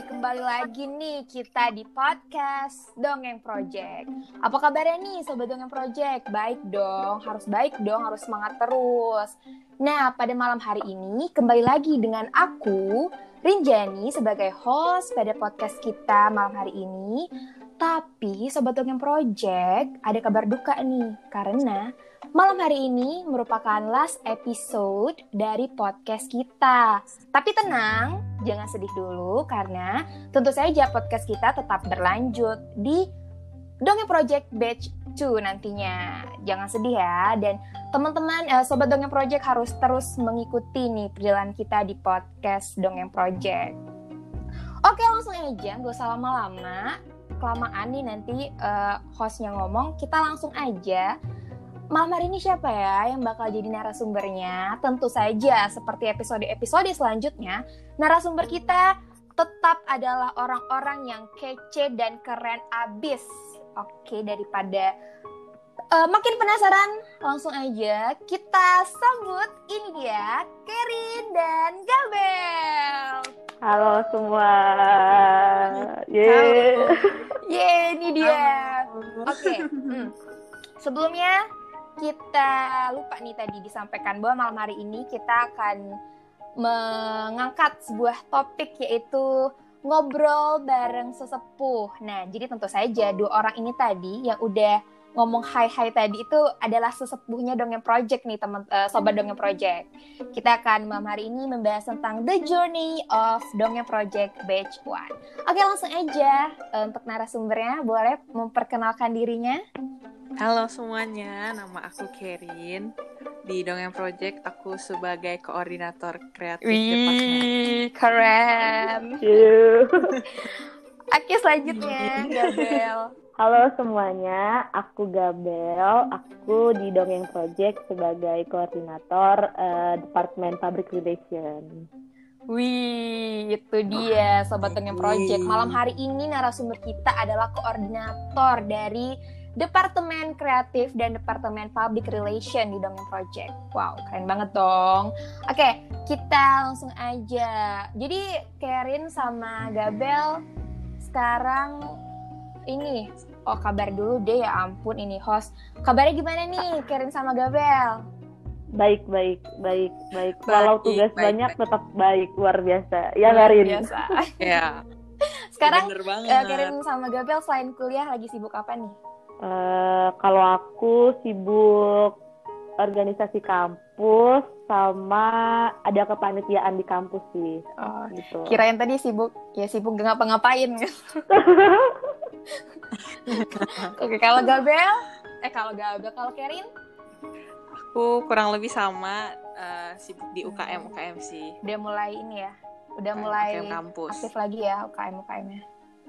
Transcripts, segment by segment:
kembali lagi nih kita di podcast Dongeng Project. Apa kabarnya nih Sobat Dongeng Project? Baik dong, harus semangat terus. Nah, pada malam hari ini kembali lagi dengan aku, Rinjani, sebagai host pada podcast kita malam hari ini. Tapi Sobat Dongeng Project, ada kabar duka nih, karena malam hari ini merupakan last episode dari podcast kita. Tapi tenang, jangan sedih dulu karena tentu saja podcast kita tetap berlanjut di Dongeng Project Batch 2 nantinya. Jangan sedih ya. Dan teman-teman, Sobat Dongeng Project harus terus mengikuti nih perjalanan kita di podcast Dongeng Project. Oke, langsung aja, gak usah lama-lama. Kelamaan nih nanti hostnya ngomong, kita langsung aja. Malam hari ini siapa ya yang bakal jadi narasumbernya? Tentu saja seperti episode-episode selanjutnya, narasumber kita tetap adalah orang-orang yang kece dan keren abis. Oke, daripada makin penasaran, langsung aja kita sambut, ini dia Kerin dan Gabel. Halo semua. Yeay. Yeay, ini dia. Oke. Sebelumnya kita lupa nih tadi disampaikan bahwa malam hari ini kita akan mengangkat sebuah topik, yaitu ngobrol bareng sesepuh. Nah, jadi tentu saja dua orang ini tadi yang udah ngomong hai tadi itu adalah sesepuhnya Dongeng Project nih Sobat Dongeng Project. Kita akan malam hari ini membahas tentang The Journey of Dongeng Project Batch 1. Oke, langsung aja untuk narasumbernya, boleh memperkenalkan dirinya? Halo semuanya, nama aku Kerin. Di Dongeng Project aku sebagai koordinator kreatif departemen. Keren. Oke, selanjutnya Gabel. Halo semuanya, aku Gabel. Aku di Dongeng Project sebagai koordinator Departemen Public Relation. Wih, itu dia Sobat Dongeng Project. Malam hari ini narasumber kita adalah koordinator dari Departemen Kreatif dan Departemen Public Relation di Dongeng Project. Wow, keren banget dong. Oke, kita langsung aja. Jadi Kerin sama Gabel sekarang ini, kabar dulu deh, ya ampun ini host. Kabarnya gimana nih Kerin sama Gabel? Baik. Kalau tugas banyak tetap baik, luar biasa. Ya Karin. Biasa. Ya. Sekarang Kerin sama Gabel selain kuliah lagi sibuk apa nih? Kalau aku sibuk organisasi kampus sama ada kepanitiaan di kampus sih. Gitu. Kirain tadi sibuk gak ngapa-ngapain. Oke, kalau Gabel, kalau Kerin? Aku kurang lebih sama, sibuk di UKM sih. Udah mulai ini ya, mulai kampus. Aktif lagi ya UKM-nya.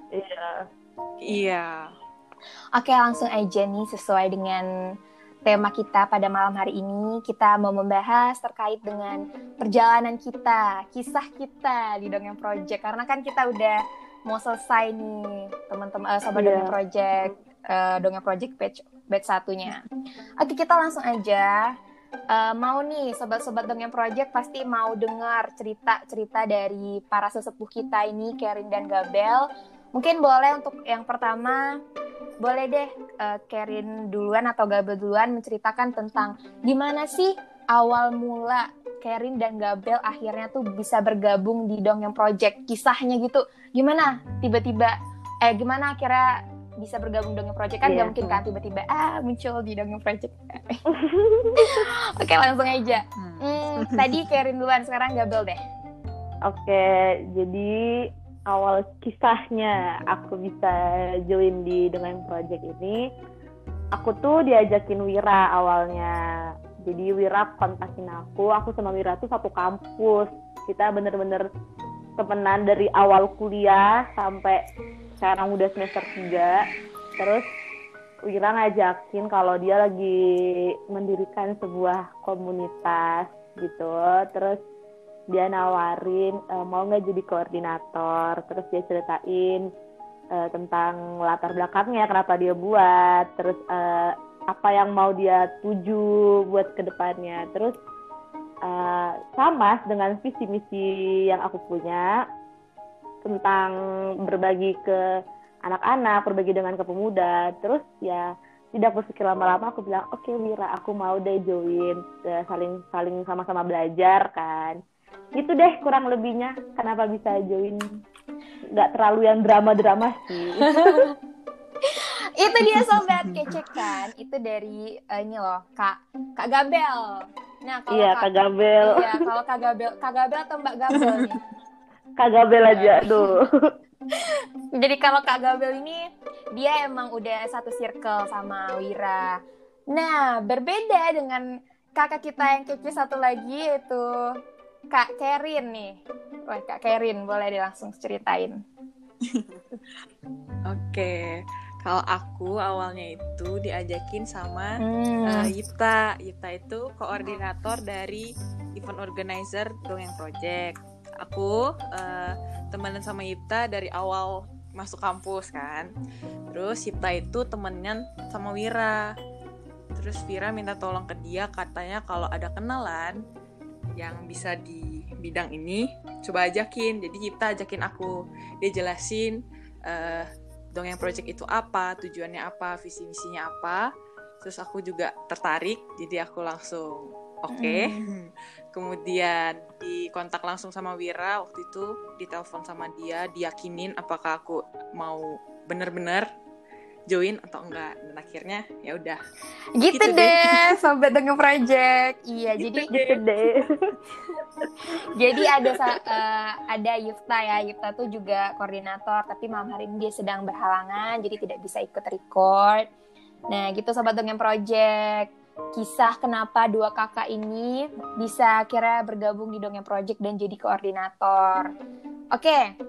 Iya. Oke, langsung aja nih sesuai dengan tema kita pada malam hari ini. Kita mau membahas terkait dengan perjalanan kita, kisah kita di Dongeng Project. Karena kan kita udah mau selesai nih, teman-teman Sobat Dongeng Project, Dongeng Project batch 1-nya. Oke, kita langsung aja. Mau nih Sobat-Sobat Dongeng Project pasti mau dengar cerita-cerita dari para sesepuh kita ini, Kerin dan Gabel. Mungkin boleh untuk yang pertama, boleh deh Kerin duluan atau Gabel duluan menceritakan tentang gimana sih awal mula Kerin dan Gabel akhirnya tuh bisa bergabung di Dongeng Project. Kisahnya gitu, gimana tiba-tiba, gimana akhirnya bisa bergabung Dongeng Project, kan gak mungkin kan tiba-tiba muncul di Dongeng Project. Oke, langsung aja. Tadi Kerin duluan, sekarang Gabel deh. Oke, jadi awal kisahnya aku bisa join di Dongeng Project ini, aku tuh diajakin Wira awalnya. Jadi Wira kontakin aku sama Wira tuh satu kampus. Kita bener-bener temenan dari awal kuliah sampai sekarang udah semester 3. Terus Wira ngajakin kalau dia lagi mendirikan sebuah komunitas gitu. Terus dia nawarin mau nggak jadi koordinator. Terus dia ceritain tentang latar belakangnya, kenapa dia buat, terus apa yang mau dia tuju buat kedepannya. Terus sama dengan visi misi yang aku punya, tentang berbagi ke anak-anak, berbagi dengan ke pemuda. Terus ya tidak berpikir lama-lama aku bilang oke, Wira, aku mau deh join, saling sama-sama belajar kan. Gitu deh kurang lebihnya kenapa bisa join. Nggak terlalu yang drama-drama sih. Itu dia sobat kece kan, itu dari ini loh Kak Gabel. Nah kalau Iya, Kak Gabel. Iya, kalau Kak Gabel atau Mbak Gabel nih? Kak Gabel aja tuh. Jadi kalau Kak Gabel ini dia emang udah satu circle sama Wira. Nah berbeda dengan kakak kita yang kece satu lagi, yaitu Kak Kerin nih. Wah, Kak Kerin boleh deh langsung ceritain. Oke, kalau aku awalnya itu diajakin sama Yipta. Yipta itu koordinator dari event organizer Dongeng Project. Aku temenan sama Yipta dari awal masuk kampus kan. Terus Yipta itu temenan sama Wira. Terus Wira minta tolong ke dia, katanya kalau ada kenalan yang bisa di bidang ini, coba ajakin. Jadi Yipta ajakin aku. Dia jelasin Dongeng Project itu apa, tujuannya apa, visi misinya apa. Terus aku juga tertarik, jadi aku langsung oke. Kemudian dikontak langsung sama Wira, waktu itu ditelepon sama dia, diyakinin apakah aku mau bener-bener join atau enggak. Dan akhirnya ya udah. Gitu deh sobat Dongeng Project. Iya, gitu deh. Jadi ada Yufta ya. Yufta tuh juga koordinator, tapi malam hari ini dia sedang berhalangan, jadi tidak bisa ikut record. Nah, gitu sobat Dongeng Project. Kisah kenapa dua kakak ini bisa akhirnya bergabung di Dongeng Project dan jadi koordinator. Oke.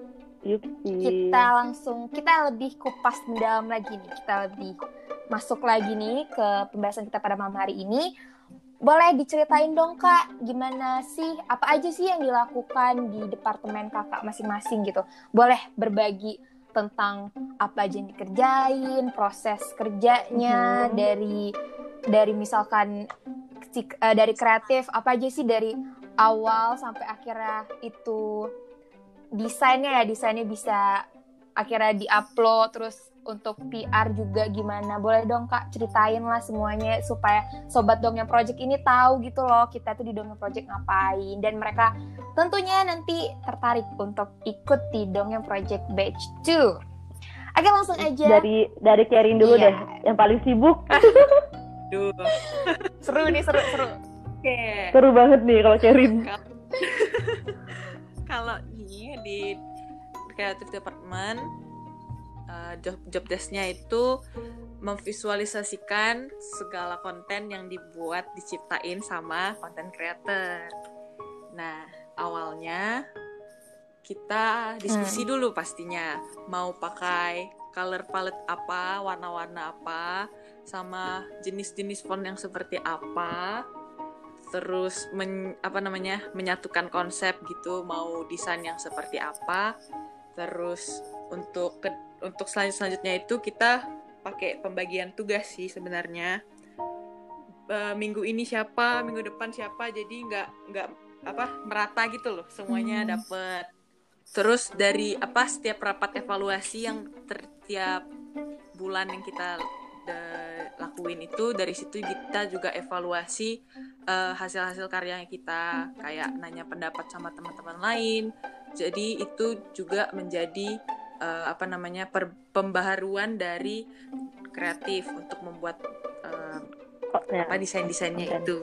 Kita lebih kupas mendalam lagi nih. Kita lebih masuk lagi nih ke pembahasan kita pada malam hari ini. Boleh diceritain dong Kak, gimana sih, apa aja sih yang dilakukan di departemen kakak masing-masing gitu. Boleh berbagi tentang apa aja yang dikerjain, proses kerjanya, dari misalkan dari kreatif, apa aja sih dari awal sampai akhirnya itu desainnya bisa akhirnya di-upload, terus untuk PR juga gimana. Boleh dong Kak ceritain lah semuanya supaya sobat Dongeng Project ini tahu gitu loh kita tuh di Dongeng Project ngapain, dan mereka tentunya nanti tertarik untuk ikut di Dongeng Project Batch 2. Oke, langsung aja dari Kerin dulu deh, yang paling sibuk. Duh. seru. Okay. Seru banget nih kalau Kerin. Kalau nih di Creative Department, job desk-nya itu memvisualisasikan segala konten yang dibuat, diciptain sama content creator. Nah, awalnya kita diskusi dulu pastinya, mau pakai color palette apa, warna-warna apa, sama jenis-jenis font yang seperti apa. Terus menyatukan konsep gitu, mau desain yang seperti apa. Terus untuk selanjutnya itu kita pakai pembagian tugas sih sebenarnya. Minggu ini siapa, minggu depan siapa, jadi nggak merata gitu loh, semuanya dapet. Terus dari setiap rapat evaluasi yang setiap bulan yang kita lakuin itu, dari situ kita juga evaluasi hasil-hasil karyanya kita, kayak nanya pendapat sama teman-teman lain. Jadi itu juga menjadi pembaharuan dari kreatif untuk membuat desain-desainnya itu.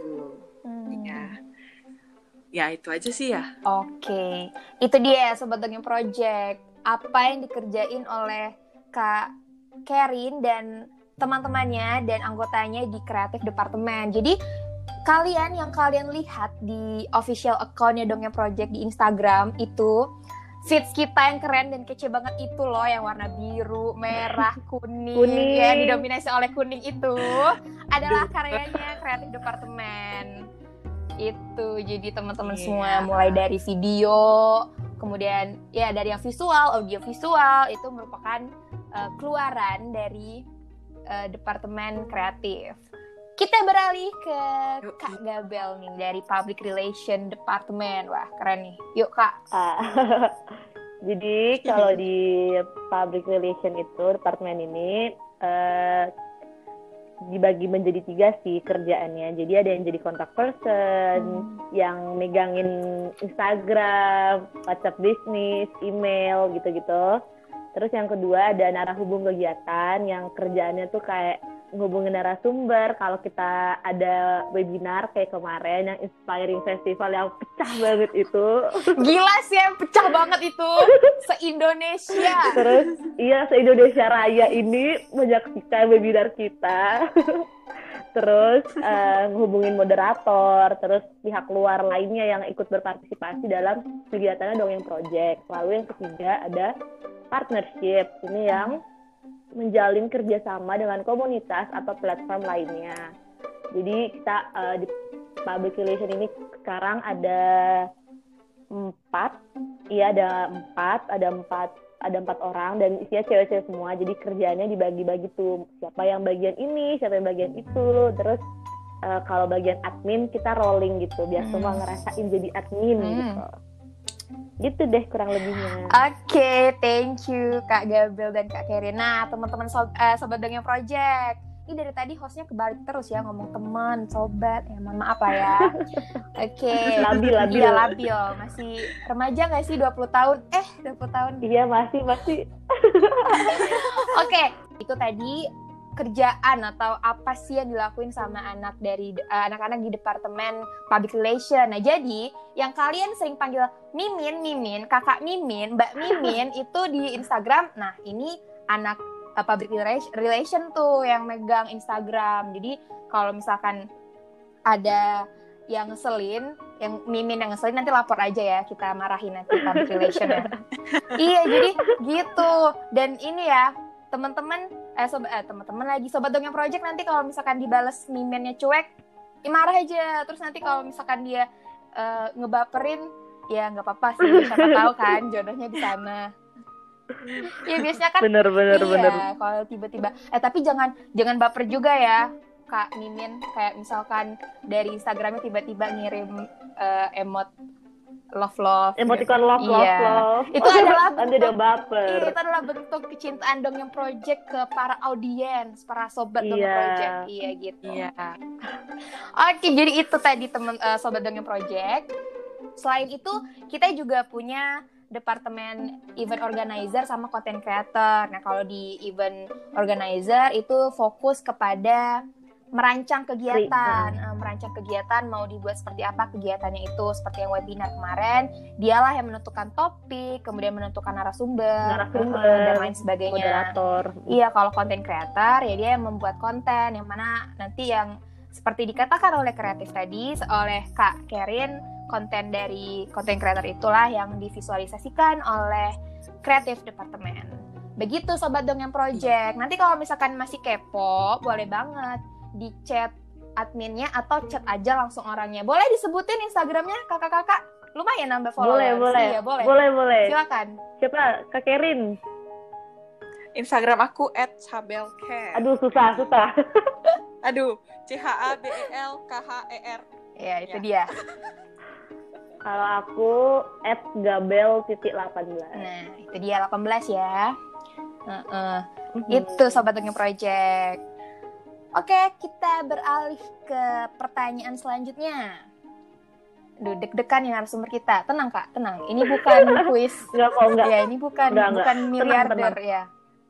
Ya itu aja sih ya. Oke, itu dia Sobat Dongeng Project. Apa yang dikerjain oleh Kak Kerin dan teman-temannya dan anggotanya di kreatif departemen. Jadi yang kalian lihat di official account-nya Dongeng Project di Instagram itu feeds kita yang keren dan kece banget itu loh, yang warna biru, merah, kuning. Ya, didominasi oleh kuning itu adalah karyanya kreatif departemen. Itu jadi teman-teman semua, mulai dari video, kemudian ya dari yang visual, audio visual, itu merupakan keluaran dari departemen kreatif. Kita beralih ke Kak Gabel nih dari Public Relation Department. Wah, keren nih. Yuk, Kak. Jadi kalau di public relation itu departemen ini dibagi menjadi 3 sih kerjaannya. Jadi ada yang jadi contact person, yang megangin Instagram, WhatsApp bisnis, email gitu-gitu. Terus yang kedua ada narahubung kegiatan yang kerjaannya tuh kayak ngehubungin narasumber. Kalau kita ada webinar kayak kemarin yang Inspiring Festival yang pecah banget itu. Gila sih, yang pecah banget itu se-Indonesia. Terus iya, se-Indonesia Raya ini menyaksikan webinar kita. Terus ngehubungin moderator, terus pihak luar lainnya yang ikut berpartisipasi dalam kegiatannya Dongeng Project. Lalu yang ketiga ada partnership, ini yang menjalin kerjasama dengan komunitas atau platform lainnya. Jadi kita di public relation ini sekarang ada 4, ada 4 orang dan isinya cewek-cewek semua. Jadi kerjaannya dibagi-bagi tuh, siapa yang bagian ini, siapa yang bagian itu. Terus kalau bagian admin kita rolling gitu, biar semua ngerasain jadi admin gitu. Gitu deh kurang lebihnya. Oke, thank you Kak Gabriel dan Kak Kerin. Nah, teman-teman Sobat Dongeng Project, ini dari tadi hostnya kebalik terus ya, ngomong teman, sobat. Ya mohon maaf lah ya. Oke. Labil. Iya, labil. Masih remaja nggak sih, 20 tahun? 20 tahun. Iya, masih. Oke, itu tadi kerjaan atau apa sih yang dilakuin sama anak-anak di departemen public relation. Nah, jadi yang kalian sering panggil Mimin, Kakak Mimin, Mbak Mimin itu di Instagram. Nah, ini anak public relation tuh yang megang Instagram. Jadi kalau misalkan ada yang ngeselin, yang Mimin yang ngeselin, nanti lapor aja ya, kita marahin nanti public relation ya. Iya, jadi gitu. Dan ini ya, teman-teman lagi Sobat Dongeng Project, nanti kalau misalkan dibales mimennya cuek, marah aja. Terus nanti kalau misalkan dia ngebaperin, ya nggak apa-apa sih, siapa tahu kan jodohnya di sana. Ya biasanya kan bener. kalau tiba-tiba tapi jangan baper juga ya Kak Mimin, kayak misalkan dari Instagramnya tiba-tiba ngirim emot love emoticon gitu. love. Itu adalah bentuk baper. Itu adalah bentuk kecintaan Dongeng Project ke para audiens, para sobat Dongeng Project. Iya gitu. Iya. Oke, jadi itu tadi sobat Dongeng Project. Selain itu, kita juga punya departemen event organizer sama content creator. Nah, kalau di event organizer itu fokus kepada merancang kegiatan mau dibuat seperti apa kegiatannya itu, seperti yang webinar kemarin, dialah yang menentukan topik, kemudian menentukan narasumber dan lain sebagainya. Moderator. Iya, kalau content creator ya dia yang membuat konten yang mana nanti yang seperti dikatakan oleh kreatif tadi oleh Kak Kerin, konten dari content creator itulah yang divisualisasikan oleh kreatif departemen. Begitu Sobat Dongeng Project. Nanti kalau misalkan masih kepo, boleh banget di chat adminnya atau chat aja langsung orangnya. Boleh disebutin Instagramnya kakak-kakak? Lumayan nambah followers. Boleh. Iya, Boleh. Silakan. Siapa? Kak Kerin. Instagram aku @sabelker. Aduh, susah. Aduh, CHABELKHER. Ya, itu dia. Kalau aku @gabel.18. Nah, itu dia 18 ya. Itu Sobat Dongeng Project. Oke, kita beralih ke pertanyaan selanjutnya. Duh, deg-degan ya narasumber kita. Tenang Kak, tenang. Ini bukan kuis. Enggak. Ya, ini bukan miliarder ya.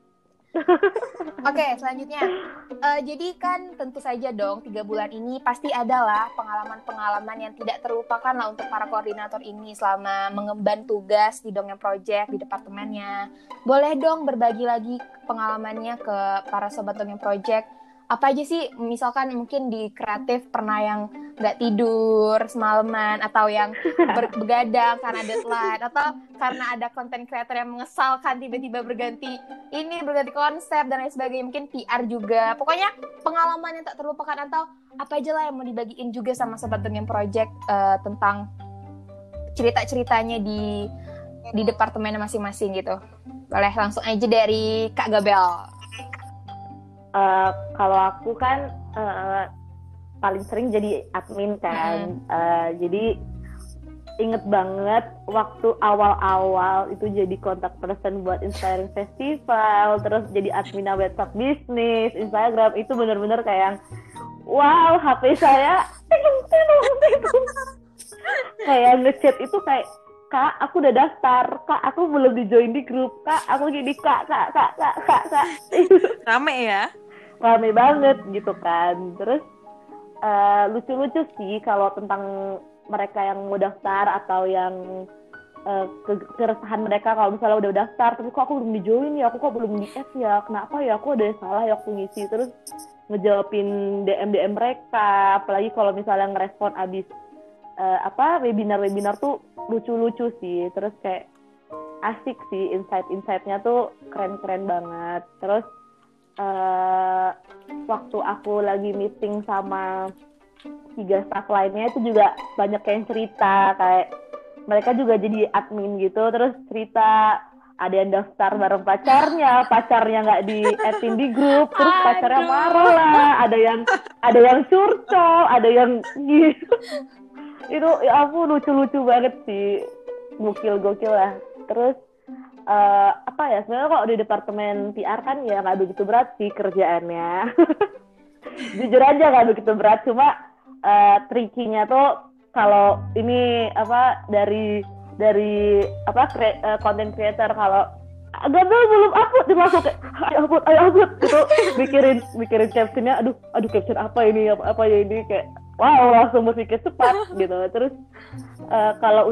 Oke, selanjutnya. Jadi kan tentu saja dong 3 bulan ini pasti adalah pengalaman-pengalaman yang tidak terlupakan lah untuk para koordinator ini selama mengemban tugas di Dongeng Project di departemennya. Boleh dong berbagi lagi pengalamannya ke para sobat Dongeng Project. Apa aja sih, misalkan mungkin di kreatif pernah yang nggak tidur semalaman, atau yang begadang karena deadline, atau karena ada content creator yang mengesalkan tiba-tiba berganti konsep dan lain sebagainya, mungkin PR juga. Pokoknya pengalaman yang tak terlupakan, atau apa aja lah yang mau dibagiin juga sama Sobat Dongeng Project tentang cerita-ceritanya di departemennya masing-masing gitu. Boleh langsung aja dari Kak Gabel. Kalau aku kan paling sering jadi admin kan, jadi inget banget waktu awal-awal itu jadi kontak person buat Inspiring Festival, terus jadi admin website bisnis, Instagram, itu bener-bener kayak wow, HP saya kayak ngechat itu kayak, Kak, aku udah daftar, Kak, aku belum di join di grup, Kak, aku gini, Kak. Rame ya? Rame banget gitu kan. Terus lucu-lucu sih kalau tentang mereka yang mau daftar atau yang keresahan mereka kalau misalnya udah daftar tapi kok aku belum di join ya, aku kok belum di add ya, kenapa ya, aku ada yang salah ya aku ngisi. Terus ngejawabin DM mereka, apalagi kalau misalnya ngerespon abis webinar tuh lucu-lucu sih. Terus kayak asik sih, insight-insightnya tuh keren-keren banget. Terus waktu aku lagi meeting sama 3 staff lainnya itu juga banyak yang cerita kayak mereka juga jadi admin gitu, terus cerita ada yang daftar bareng pacarnya nggak di-add-in di grup, terus pacarnya marah lah, ada yang curcol, ada yang gitu. Itu ya ampun, lucu-lucu banget sih, gokil lah. Terus sebenarnya kok di departemen PR kan ya nggak begitu berat sih kerjaannya. Jujur aja nggak begitu berat, cuma tricky-nya tuh kalau ini dari content creator, kalau gagal belum upload dia langsung kayak ayo upload gitu, mikirin captionnya, aduh caption apa ya ini, kayak wow, langsung berpikir cepat gitu. Terus kalau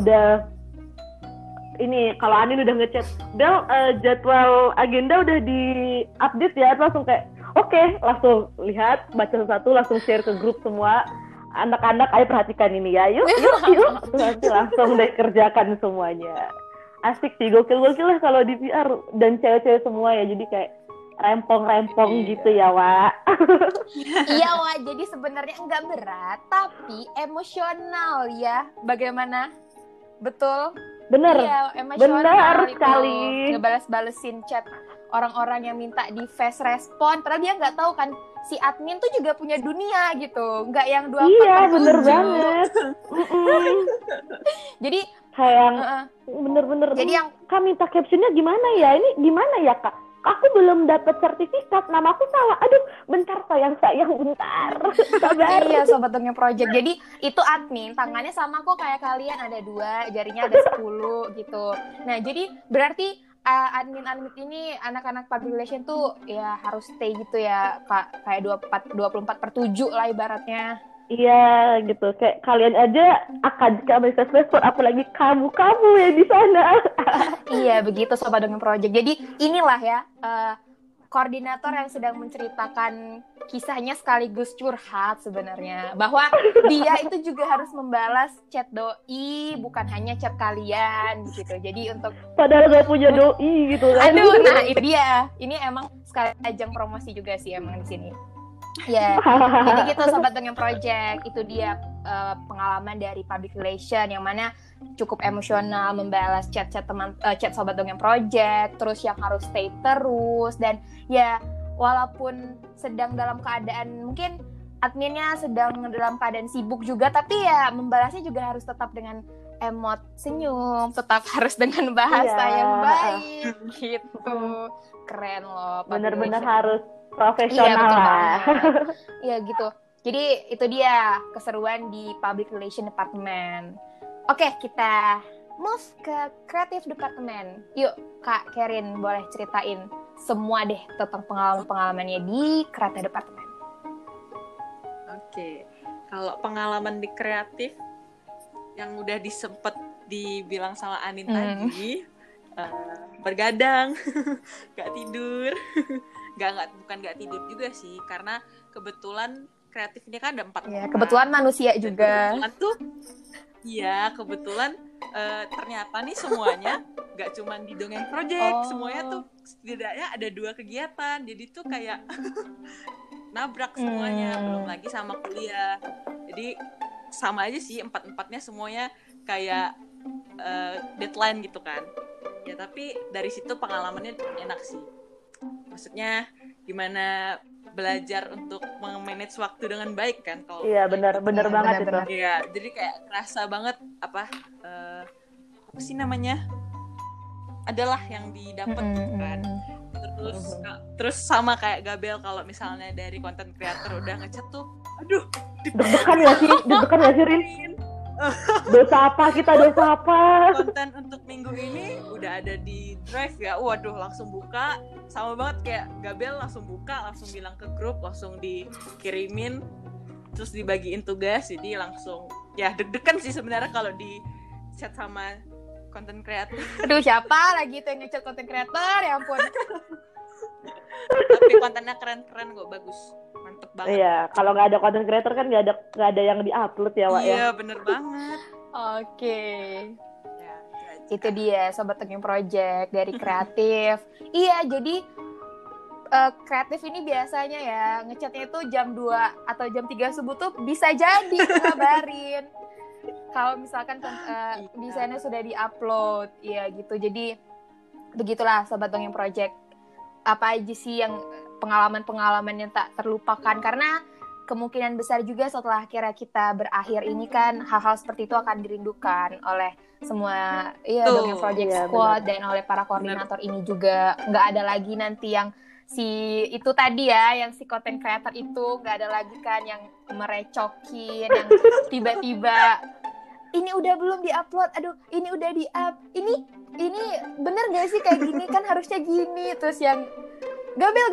Anin udah ngechat, Del, jadwal agenda udah di-update ya, langsung kayak oke, langsung lihat, baca satu, langsung share ke grup semua. Anak-anak, ayo perhatikan ini ya, yuk. Terus langsung deh kerjakan semuanya. Asik sih, gokil lah kalau di PR, dan cewek-cewek semua ya, jadi kayak rempong gitu ya, Wak. Iya, Wak, jadi sebenarnya nggak berat, tapi emosional ya, bagaimana? Betul? Bener, iya, emosional bener itu. sekali. Ngebales-balesin chat orang-orang yang minta di fast respon, padahal dia nggak tahu kan si admin tuh juga punya dunia gitu, nggak yang 24/7. Iya, bener banget. Jadi kayak bener-bener. Jadi yang Kak minta captionnya gimana ya? Ini gimana ya, Kak? Aku belum dapat sertifikat, namaku salah. Aduh, bentar sayang, bentar. Sabar. Iya, Sobat Dongeng Project. Jadi itu admin, tangannya sama kok kayak kalian, ada 2, jarinya ada 10 gitu. Nah, jadi berarti admin ini anak-anak public relation tuh ya harus stay gitu ya, Kak, kayak 24/7 lah ibaratnya. Iya gitu, kayak kalian aja akan ke respon, apalagi kamu ya di sana. Iya begitu Sobat Dongeng Project. Jadi inilah ya koordinator yang sedang menceritakan kisahnya sekaligus curhat sebenarnya, bahwa dia itu juga harus membalas chat doi, bukan hanya chat kalian gitu. Jadi untuk padahal gak punya doi gitu kan. Aduh, nah itu dia. Ini emang sekali ajang promosi juga sih emang di sini. Ya, jadi gitu Sobat Dongeng Project, itu dia pengalaman dari public relation yang mana cukup emosional membalas chat Sobat Dongeng Project, terus yang harus stay terus, dan ya walaupun sedang dalam keadaan mungkin adminnya sedang dalam keadaan sibuk juga, tapi ya membalasnya juga harus tetap dengan emot senyum, tetap harus dengan bahasa yang baik gitu. Keren loh. Bener-bener harus profesional lah. Iya gitu. Jadi itu dia keseruan di Public Relation Department. Oke, kita move ke Creative Department. Yuk, Kak Kerin boleh ceritain semua deh tentang pengalaman-pengalamannya di Creative Department. Oke, kalau pengalaman di kreatif yang udah disempet dibilang sama Anin tadi, bergadang, gak tidur. Bukan gak tidur juga sih, karena kebetulan kreatif ini kan ada 4 orang. Kebetulan manusia juga. Kebetulan ternyata nih semuanya gak cuma di Dongeng Project, semuanya tuh setidaknya ada 2 kegiatan, jadi tuh kayak nabrak semuanya, belum lagi sama kuliah. Jadi sama aja sih, 4-4-nya semuanya kayak deadline gitu kan. Ya tapi dari situ pengalamannya enak sih. Maksudnya gimana belajar untuk memanage waktu dengan baik kan kalau Iya, benar banget itu. Iya, jadi kayak kerasa banget apa sih namanya? Adalah yang didapat gitu kan. Terus sama kayak Gabel, kalau misalnya dari content creator udah ngechat tuh, aduh, deg-degan gak sih Rin? Dosa apa? Konten untuk minggu ini udah ada di drive ya. Waduh, langsung buka. Sama banget kayak Gabel, langsung buka, langsung bilang ke grup, langsung dikirimin, terus dibagiin tugas. Jadi langsung ya deg-degan sih sebenarnya kalau di chat sama content creator. Aduh, siapa lagi tuh yang ngechat content creator? Ya ampun. Tapi kontennya keren-keren kok, bagus. Mantep banget. Iya, kalau nggak ada content creator kan nggak ada yang di-upload ya, Wak. Iya, bener banget. Oke. Ya, itu dia Sobat Dongeng Project dari kreatif. Iya, jadi kreatif ini biasanya ya ngechatnya itu jam 2 atau jam 3 subuh tuh bisa jadi ngabarin kalau misalkan desainnya sudah di-upload. Iya gitu. Jadi begitulah Sobat Dongeng Project. Apa aja sih yang pengalaman-pengalaman yang tak terlupakan, karena kemungkinan besar juga setelah akhirnya kita berakhir ini kan hal-hal seperti itu akan dirindukan oleh semua Dongeng Project Squad dan oleh para koordinator ini juga. Nggak ada lagi nanti yang si content creator itu nggak ada lagi kan yang merecokin, yang tiba-tiba ini udah belum diupload, aduh ini udah di-up, ini bener gak sih kayak gini, kan harusnya gini, terus yang Gabel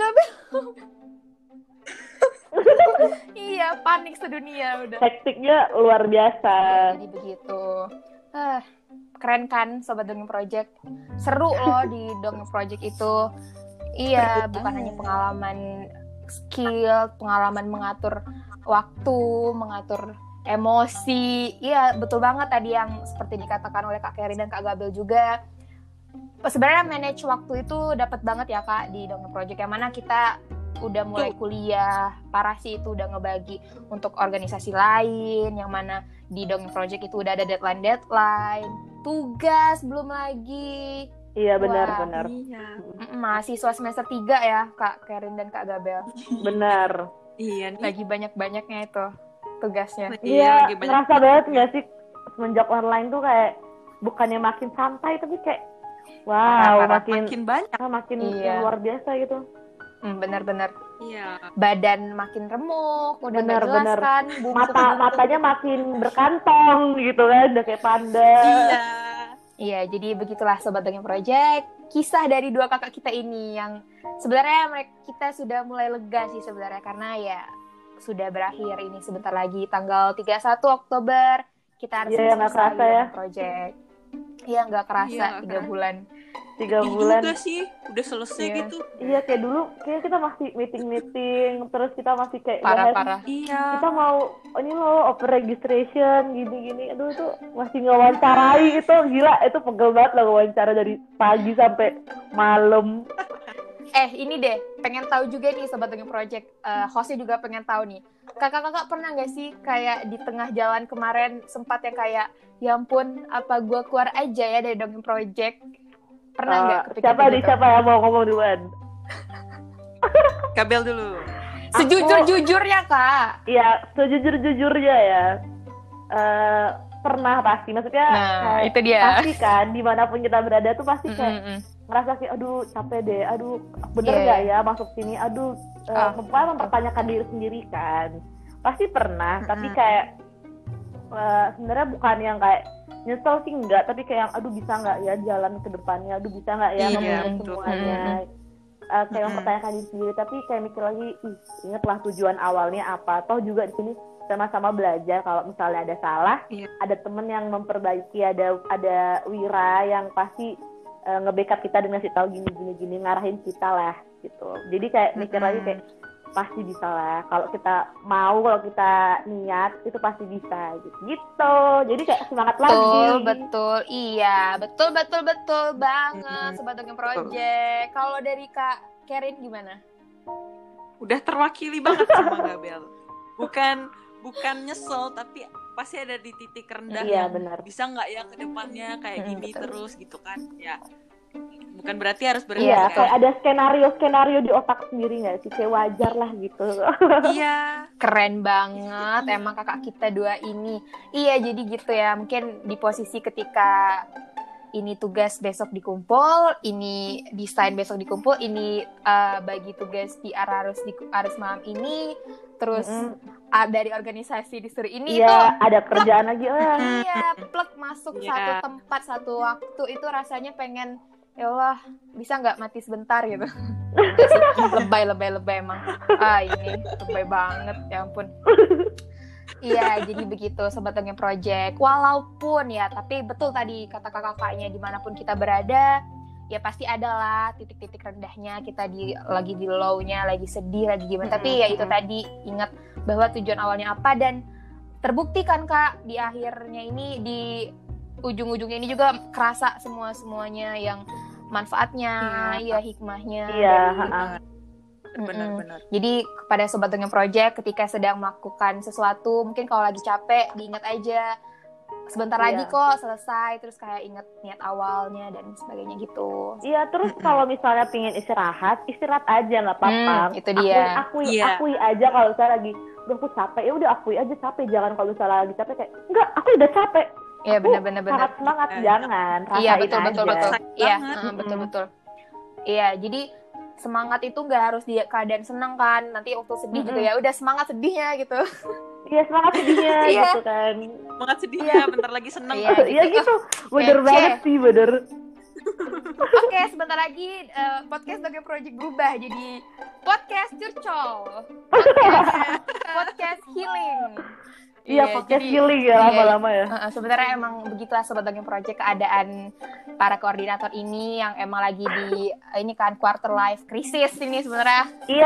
iya, panik sedunia udah. Hektiknya luar biasa. Jadi begitu. Keren kan Sobat Dongeng Project? Seru loh di Dongeng Project itu. Iya, bukan hanya pengalaman skill, pengalaman mengatur waktu, mengatur emosi. Iya, betul banget tadi yang seperti dikatakan oleh Kak Keri dan Kak Gabel juga. Sebenarnya manage waktu itu dapat banget ya Kak di Dongeng Project, yang mana kita udah mulai kuliah, parah sih itu udah ngebagi untuk organisasi lain, yang mana di Dongeng Project itu udah ada deadline, tugas belum lagi. Iya, benar. Iya. Mahasiswa semester 3 ya Kak Kerin dan Kak Gabel. Benar. Iya, lagi banyak-banyaknya itu tugasnya. Iya, ngerasa banget nggak sih semenjak online tuh kayak bukannya makin santai tapi kayak wow, makin banyak, makin luar biasa gitu. Benar-benar. Iya. Badan makin remuk, udah nggak jelas kan. Matanya makin berkantong gitu kan, udah kayak panda. Iya, jadi begitulah Sobat Dongeng Project. Kisah dari dua kakak kita ini yang sebenarnya kita sudah mulai lega sih sebenarnya, karena ya sudah berakhir ini sebentar lagi tanggal 31 Oktober kita harus selesai project. Iya, nggak kerasa 3 bulan. 3 bulan juga sih udah selesai gitu. Iya, kayak dulu kayak kita masih meeting terus kita masih kayak parah. Iya. Kita mau ini loh open registration gini. Aduh, itu masih ngewawancarai itu gila, itu pegel banget lah wawancara dari pagi sampai malam. Ini deh, pengen tahu juga nih Sobat Dongeng Project, hostnya juga pengen tahu nih. Kakak-kakak pernah nggak sih kayak di tengah jalan kemarin sempat yang kayak, ya ampun, apa gue keluar aja ya dari Dongeng Project? Pernah nggak? Siapa yang mau ngomong duluan? Kabel dulu. Sejujur-jujurnya Kak. Iya, sejujur-jujurnya ya. Pernah pasti, maksudnya itu dia. Pasti kan, dimanapun kita berada tuh pasti kayak ngerasa kayak aduh capek deh, aduh bener nggak ya masuk sini, aduh mempertanyakan diri sendiri kan, pasti pernah. Tapi kayak sebenarnya bukan yang kayak nyesel sih enggak, tapi kayak yang aduh bisa nggak ya jalan ke depannya, aduh bisa nggak ya ngomongin semuanya, kayak mempertanyakan diri sendiri. Tapi kayak mikir lagi, ingatlah tujuan awalnya apa, toh juga di sini sama-sama belajar. Kalau misalnya ada salah, ada temen yang memperbaiki, ada Wira yang pasti nge-backup kita dengan ngasih tahu gini ngarahin kita lah gitu. Jadi kayak mikir lagi kayak pasti bisa lah, kalau kita mau, kalau kita niat itu pasti bisa gitu. Jadi kayak semangat lagi. Betul, iya, betul banget Sobat Dongeng Project. Kalau dari Kak Kerin gimana? Udah terwakili banget sama Gabel. Bukan nyesel, tapi pasti ada di titik rendah. Iya, benar. Bisa nggak ya ke depannya kayak gini terus gitu kan ya. bukan berarti harus berhenti. Iya, kan? kayak ada skenario di otak sendiri nggak sih? Kayak wajar lah gitu. Iya. Keren banget emang kakak kita dua ini. Iya, jadi gitu ya. Mungkin di posisi ketika ini tugas besok dikumpul, ini desain besok dikumpul, ini bagi tugas PR harus malam ini, terus dari organisasi disuruh ini itu. Iya, ada kerjaan lagi lah. Iya, plek masuk Iya. satu tempat satu waktu itu rasanya pengen ya Allah bisa nggak mati sebentar gitu. Lebay emang. Ini lebay banget ya ampun. Iya, jadi begitu Sobat Dongeng Project. Walaupun ya, tapi betul tadi kata kakak-kakaknya, dimanapun kita berada, ya pasti adalah titik-titik rendahnya, kita lagi di low-nya, lagi sedih, lagi gimana. Tapi ya itu tadi, ingat bahwa tujuan awalnya apa, dan terbukti kan Kak, di akhirnya ini, di ujung-ujungnya ini juga kerasa semuanya yang manfaatnya, ya hikmahnya. Iya, Benar-benar. Jadi kepada Sobat Dongeng Project, ketika sedang melakukan sesuatu, mungkin kalau lagi capek, diingat aja sebentar lagi kok selesai, terus kayak ingat niat awalnya dan sebagainya gitu. Iya, terus kalau misalnya pingin istirahat aja nggak apa-apa. Itu dia. Akui aja kalau misalnya lagi, udah aku capek, ya udah akui aja capek. Jangan kalau misalnya lagi capek kayak, enggak, aku udah capek. Iya, benar. Sangat semangat, jangan. Iya, Rasain betul. aja. Iya, betul. Iya, jadi semangat itu nggak harus di keadaan senang kan, nanti waktu sedih juga ya udah semangat sedihnya gitu. Iya, semangat sedihnya gitu kan. Semangat sedihnya, bentar lagi seneng. Iya gitu. Bener banget sih, bener. Oke, sebentar lagi podcast Dongeng Project berubah jadi podcast curcol, podcast healing. Iya, podcast healing ya lama-lama ya. Sebenarnya emang begitulah Sobat Dongeng Project, keadaan para koordinator ini yang emang lagi di ini kan quarter life crisis ini sebenarnya. Iya,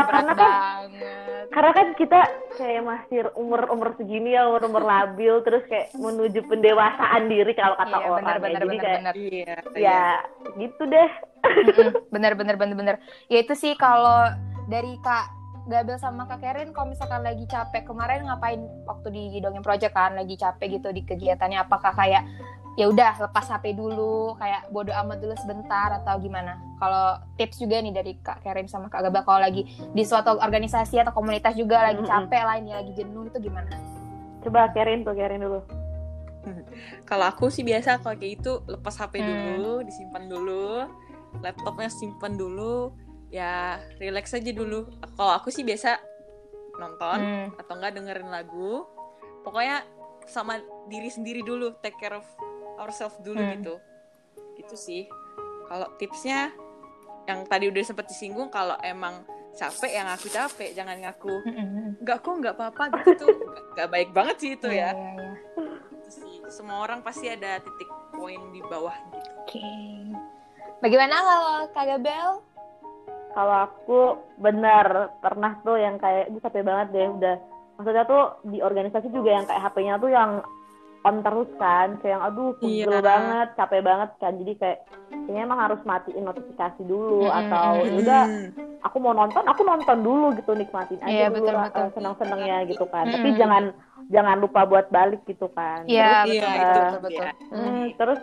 karena kan kita kayak masih umur segini ya, umur labil, terus kayak menuju pendewasaan diri kalau kata orang. Bener. Ya, gitu deh. Bener. Ya itu sih kalau dari Kak Gabel sama Kak Kerin, kalau misalkan lagi capek, kemarin ngapain waktu di Dongeng Project kan, lagi capek gitu di kegiatannya, apakah kayak ya udah lepas HP dulu, kayak bodo amat dulu sebentar atau gimana? Kalau tips juga nih dari Kak Kerin sama Kak Gabel, kalau lagi di suatu organisasi atau komunitas juga lagi capek lah, ini lagi jenuh, itu gimana? Coba Kerin dulu. Kalau aku sih biasa kalau kayak itu lepas HP dulu, disimpan dulu, laptopnya simpan dulu, ya relax aja dulu. Kalau aku sih biasa nonton atau enggak dengerin lagu, pokoknya sama diri sendiri dulu, take care of ourselves dulu gitu sih. Kalau tipsnya yang tadi udah sempat disinggung, kalau emang capek ya ngaku capek, jangan ngaku enggak apa-apa gitu tuh enggak baik banget sih itu ya. Itu sih, semua orang pasti ada titik poin di bawah gitu. Oke. Bagaimana kalau Kak Gabel? Kalau aku benar pernah tuh yang kayak itu capek banget deh, udah maksudnya tuh di organisasi juga yang kayak HP-nya tuh yang on terus kan, kayak yang aduh pegel banget, capek banget kan, jadi kayak kayaknya emang harus matiin notifikasi dulu atau udah aku mau nonton, aku nonton dulu gitu, nikmatin aja dulu senang-senangnya gitu kan, tapi jangan lupa buat balik gitu kan. Betul. Terus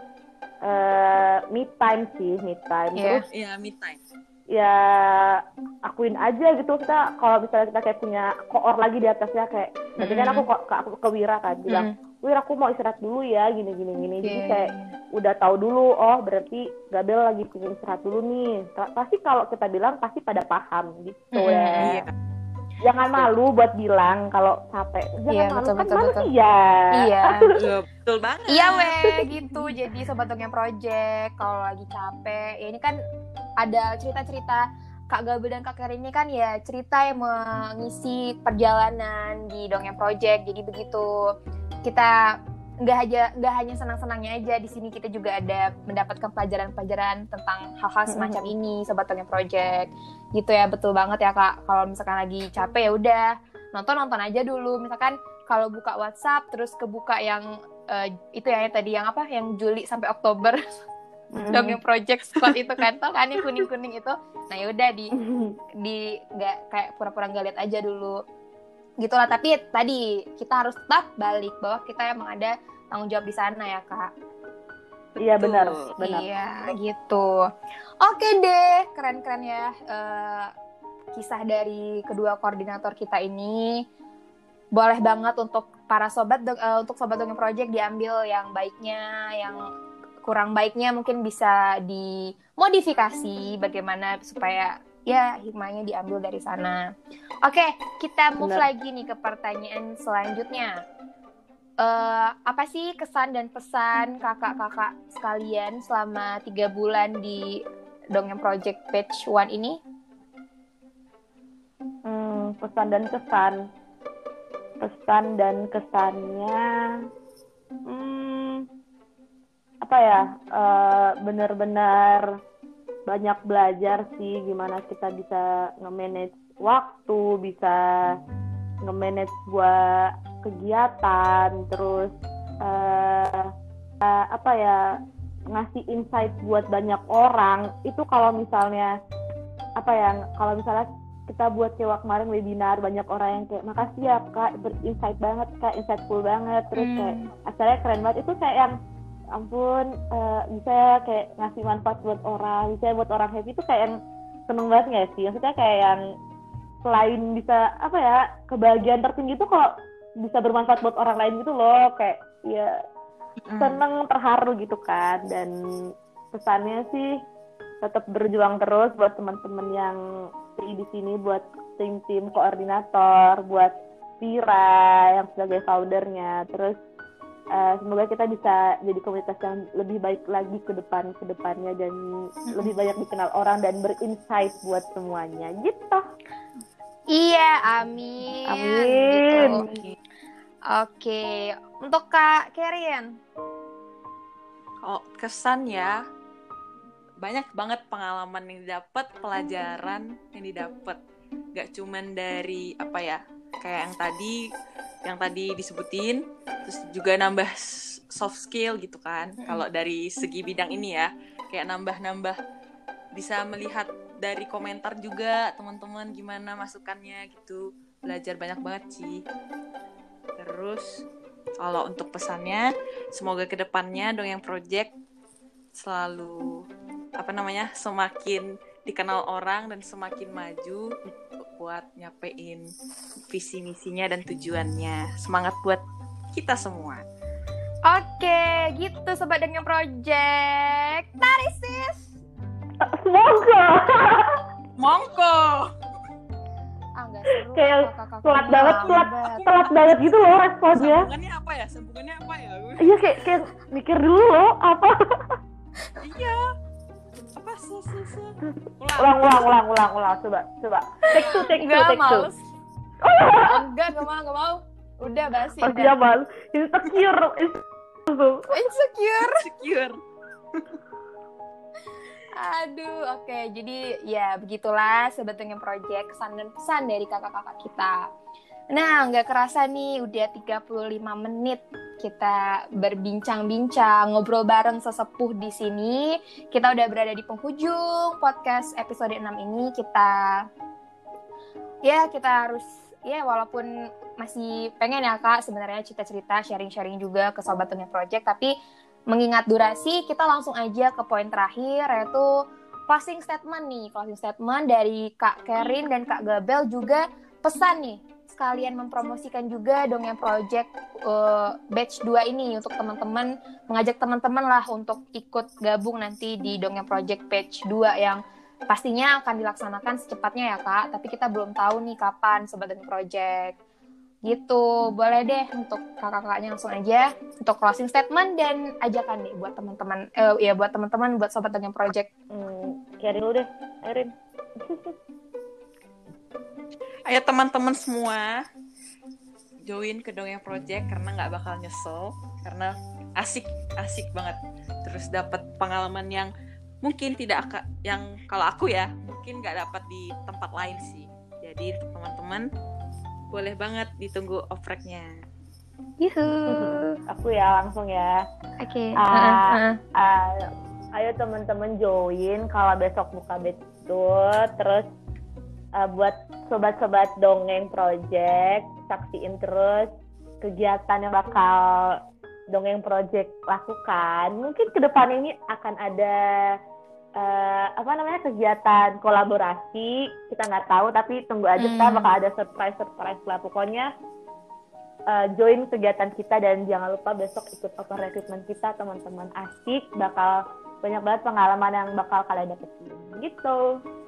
me time. Terus me time. Ya akuin aja gitu, kita kalau misalnya kita kayak punya koor lagi di atasnya, kayak berarti kan aku ke Wira kan bilang, Wira aku mau istirahat dulu ya gini. Jadi kayak udah tahu dulu, oh berarti Gabel lagi pengen istirahat dulu nih. Pasti kalau kita bilang pasti pada paham gitu ya. Jangan malu buat bilang kalau capek. Jangan malu, kan manusia. Iya. Betul banget. Iya gitu. Jadi Sobat Dongeng Project kalau lagi capek, ya ini kan ada cerita-cerita Kak Gabel dan Kak Kerin ini kan ya cerita yang mengisi perjalanan di Dongeng Project. Jadi begitu, kita nggak hanya senang-senangnya aja, di sini kita juga ada mendapatkan pelajaran-pelajaran tentang hal-hal semacam ini, Sobat Dongeng Project. Gitu ya, betul banget ya Kak. Kalau misalkan lagi capek ya udah nonton aja dulu. Misalkan kalau buka WhatsApp terus kebuka yang itu ya tadi yang apa, yang Juli sampai Oktober. Dongeng Project Squad itu kan, tau kan yang kuning-kuning itu. Nah yaudah di nggak kayak pura-pura nggak lihat aja dulu gitulah. Tapi tadi kita harus tetap balik bahwa kita emang ada tanggung jawab di sana ya Kak. Iya benar. Iya gitu. Oke deh, keren-keren ya kisah dari kedua koordinator kita ini. Boleh banget untuk para sobat untuk sobat Dongeng Project diambil yang baiknya, yang kurang baiknya mungkin bisa dimodifikasi bagaimana supaya ya hikmahnya diambil dari sana. Oke, kita move lagi nih ke pertanyaan selanjutnya. Apa sih kesan dan pesan kakak-kakak sekalian selama 3 bulan di Dongeng Project Batch 1 ini? Pesan dan kesan. Pesan dan kesannya apa ya? Benar-benar banyak belajar sih gimana kita bisa nge-manage waktu, bisa nge-manage buat kegiatan, terus apa ya, ngasih insight buat banyak orang. Itu kalau misalnya apa ya, kalau misalnya kita buat kayak kemarin webinar, banyak orang yang kayak makasih ya kak, berinsight banget kak, insightful banget, terus kayak acaranya keren banget. Itu kayak yang ampun, bisa kayak ngasih manfaat buat orang, bisa buat orang happy. Itu kayak yang seneng banget nggak sih? Maksudnya kayak yang selain bisa apa ya, kebahagiaan tertinggi itu kalau bisa bermanfaat buat orang lain gitu loh, kayak ya seneng, terharu gitu kan. Dan pesannya sih tetap berjuang terus buat teman-teman yang di sini, buat tim koordinator, buat Vira yang sebagai foundernya. Terus semoga kita bisa jadi komunitas yang lebih baik lagi ke depannya dan lebih banyak dikenal orang dan berinsight buat semuanya gitu. Iya, amin. Amin. Gitu. Oke, untuk Kak Kerin. Kesan ya, banyak banget pengalaman yang didapat, pelajaran yang didapat. Gak cuman dari apa ya, kayak yang tadi disebutin, terus juga nambah soft skill gitu kan. Kalau dari segi bidang ini ya, kayak nambah bisa melihat dari komentar juga teman-teman gimana masukannya gitu. Belajar banyak banget sih. Terus kalau untuk pesannya, semoga kedepannya Dongeng Project selalu semakin dikenal orang dan semakin maju buat nyapein visi misinya dan tujuannya. Semangat buat kita semua. Oke, gitu Sobat Dongeng Project. Tarik sis. Monggo. Enggak seru. Kayak telat banget gitu loh responnya. Sambungannya apa ya? Iya, kayak mikir dulu loh apa. Iya. Apa Ulang. Coba. Take two. Enggak mau. Udah basi. Pasti malu. Insecure. Aduh, oke. Jadi ya begitulah Sobat Dongeng Project, kesan dan pesan dari kakak-kakak kita. Nah, nggak kerasa nih udah 35 menit kita berbincang-bincang, ngobrol bareng sesepuh di sini. Kita udah berada di penghujung podcast episode 6 ini. Kita harus walaupun masih pengen ya Kak sebenarnya cerita-cerita, sharing-sharing juga ke Sobat Dongeng Project, tapi mengingat durasi, kita langsung aja ke poin terakhir, yaitu closing statement dari Kak Kerin dan Kak Gabel, juga pesan nih, sekalian mempromosikan juga Dongeng Project Batch 2 ini untuk teman-teman, mengajak teman-teman lah untuk ikut gabung nanti di Dongeng Project Batch 2 yang pastinya akan dilaksanakan secepatnya ya Kak, tapi kita belum tahu nih kapan Sobat Dongeng Project. Gitu, boleh deh untuk kakak-kakaknya langsung aja untuk closing statement dan ajakan nih buat teman-teman, buat Sobat Dongeng Project. Kerin dulu deh, Erin. Ayo teman-teman semua join ke Dongeng Project karena nggak bakal nyesel, karena asik banget. Terus dapat pengalaman yang mungkin yang kalau aku ya mungkin nggak dapat di tempat lain sih. Jadi untuk teman-teman boleh banget ditunggu oprek-nya. Yuhu. Aku ya langsung ya. Oke. Ayo teman-teman join kalau besok buka betul. Terus buat sobat-sobat Dongeng Project, saksiin terus kegiatan yang bakal Dongeng Project lakukan. Mungkin ke depan ini akan ada kegiatan kolaborasi. Kita nggak tahu, tapi tunggu aja, kita bakal ada surprise lah. Pokoknya join kegiatan kita dan jangan lupa besok ikut open recruitment kita, teman-teman asik. Bakal banyak banget pengalaman yang bakal kalian dapetin. Gitu.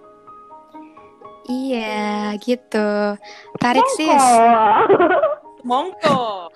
Iya, gitu. Tarik sis. Monggo.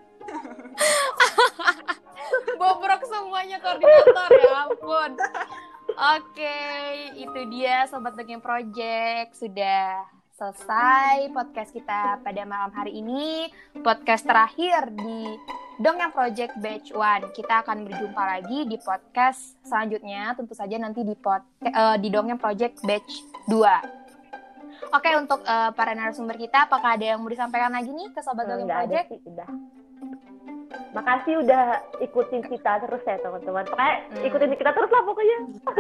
Bobrok semuanya koordinator, ya ampun. Oke, itu dia Sobat Dongeng Project. Sudah selesai podcast kita pada malam hari ini. Podcast terakhir di Dongeng Project Batch 1. Kita akan berjumpa lagi di podcast selanjutnya. Tentu saja nanti di Dongeng Project Batch 2. Oke, untuk para narasumber kita, apakah ada yang mau disampaikan lagi nih ke Sobat Dongeng Project? Ada sih, udah. Makasih udah ikutin kita terus ya teman-teman. Pokoknya ikutin kita terus lah pokoknya.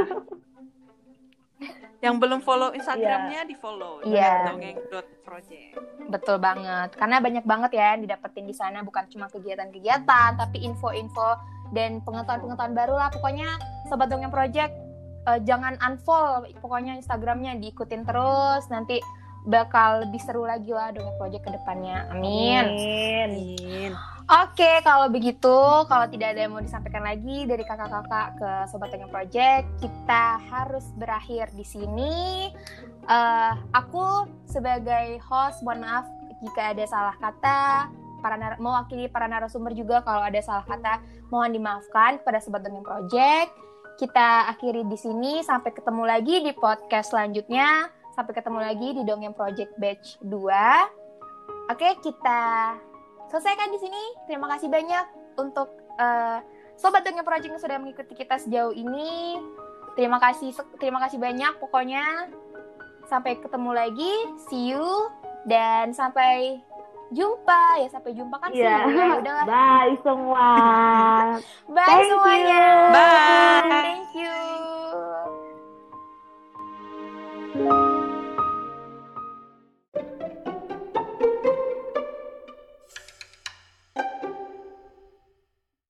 Yang belum follow Instagramnya di follow. Dongeng.project. Betul banget. Karena banyak banget ya yang didapetin di sana, bukan cuma kegiatan-kegiatan, tapi info-info dan pengetahuan-pengetahuan baru lah. Pokoknya Sobat Dongeng Project jangan unfollow. Pokoknya Instagramnya diikutin terus. Nanti bakal lebih seru lagi lah Dongeng Project ke depannya. Amin. Oke, kalau begitu, kalau tidak ada yang mau disampaikan lagi dari kakak-kakak ke Sobat Dongeng Project, kita harus berakhir di sini. Aku sebagai host, mohon maaf jika ada salah kata. Mewakili para narasumber juga, kalau ada salah kata, mohon dimaafkan kepada Sobat Dongeng Project. Kita akhiri di sini. Sampai ketemu lagi di podcast selanjutnya. Sampai ketemu lagi di Dongeng Project Batch 2. Oke, kita selesaikan di sini. Terima kasih banyak untuk Sobat Dongeng Project yang sudah mengikuti kita sejauh ini. Terima kasih banyak pokoknya. Sampai ketemu lagi, see you, dan sampai jumpa. Ya sampai jumpa kan sih. Ya udahlah. Bye semua. Bye semuanya. Bye.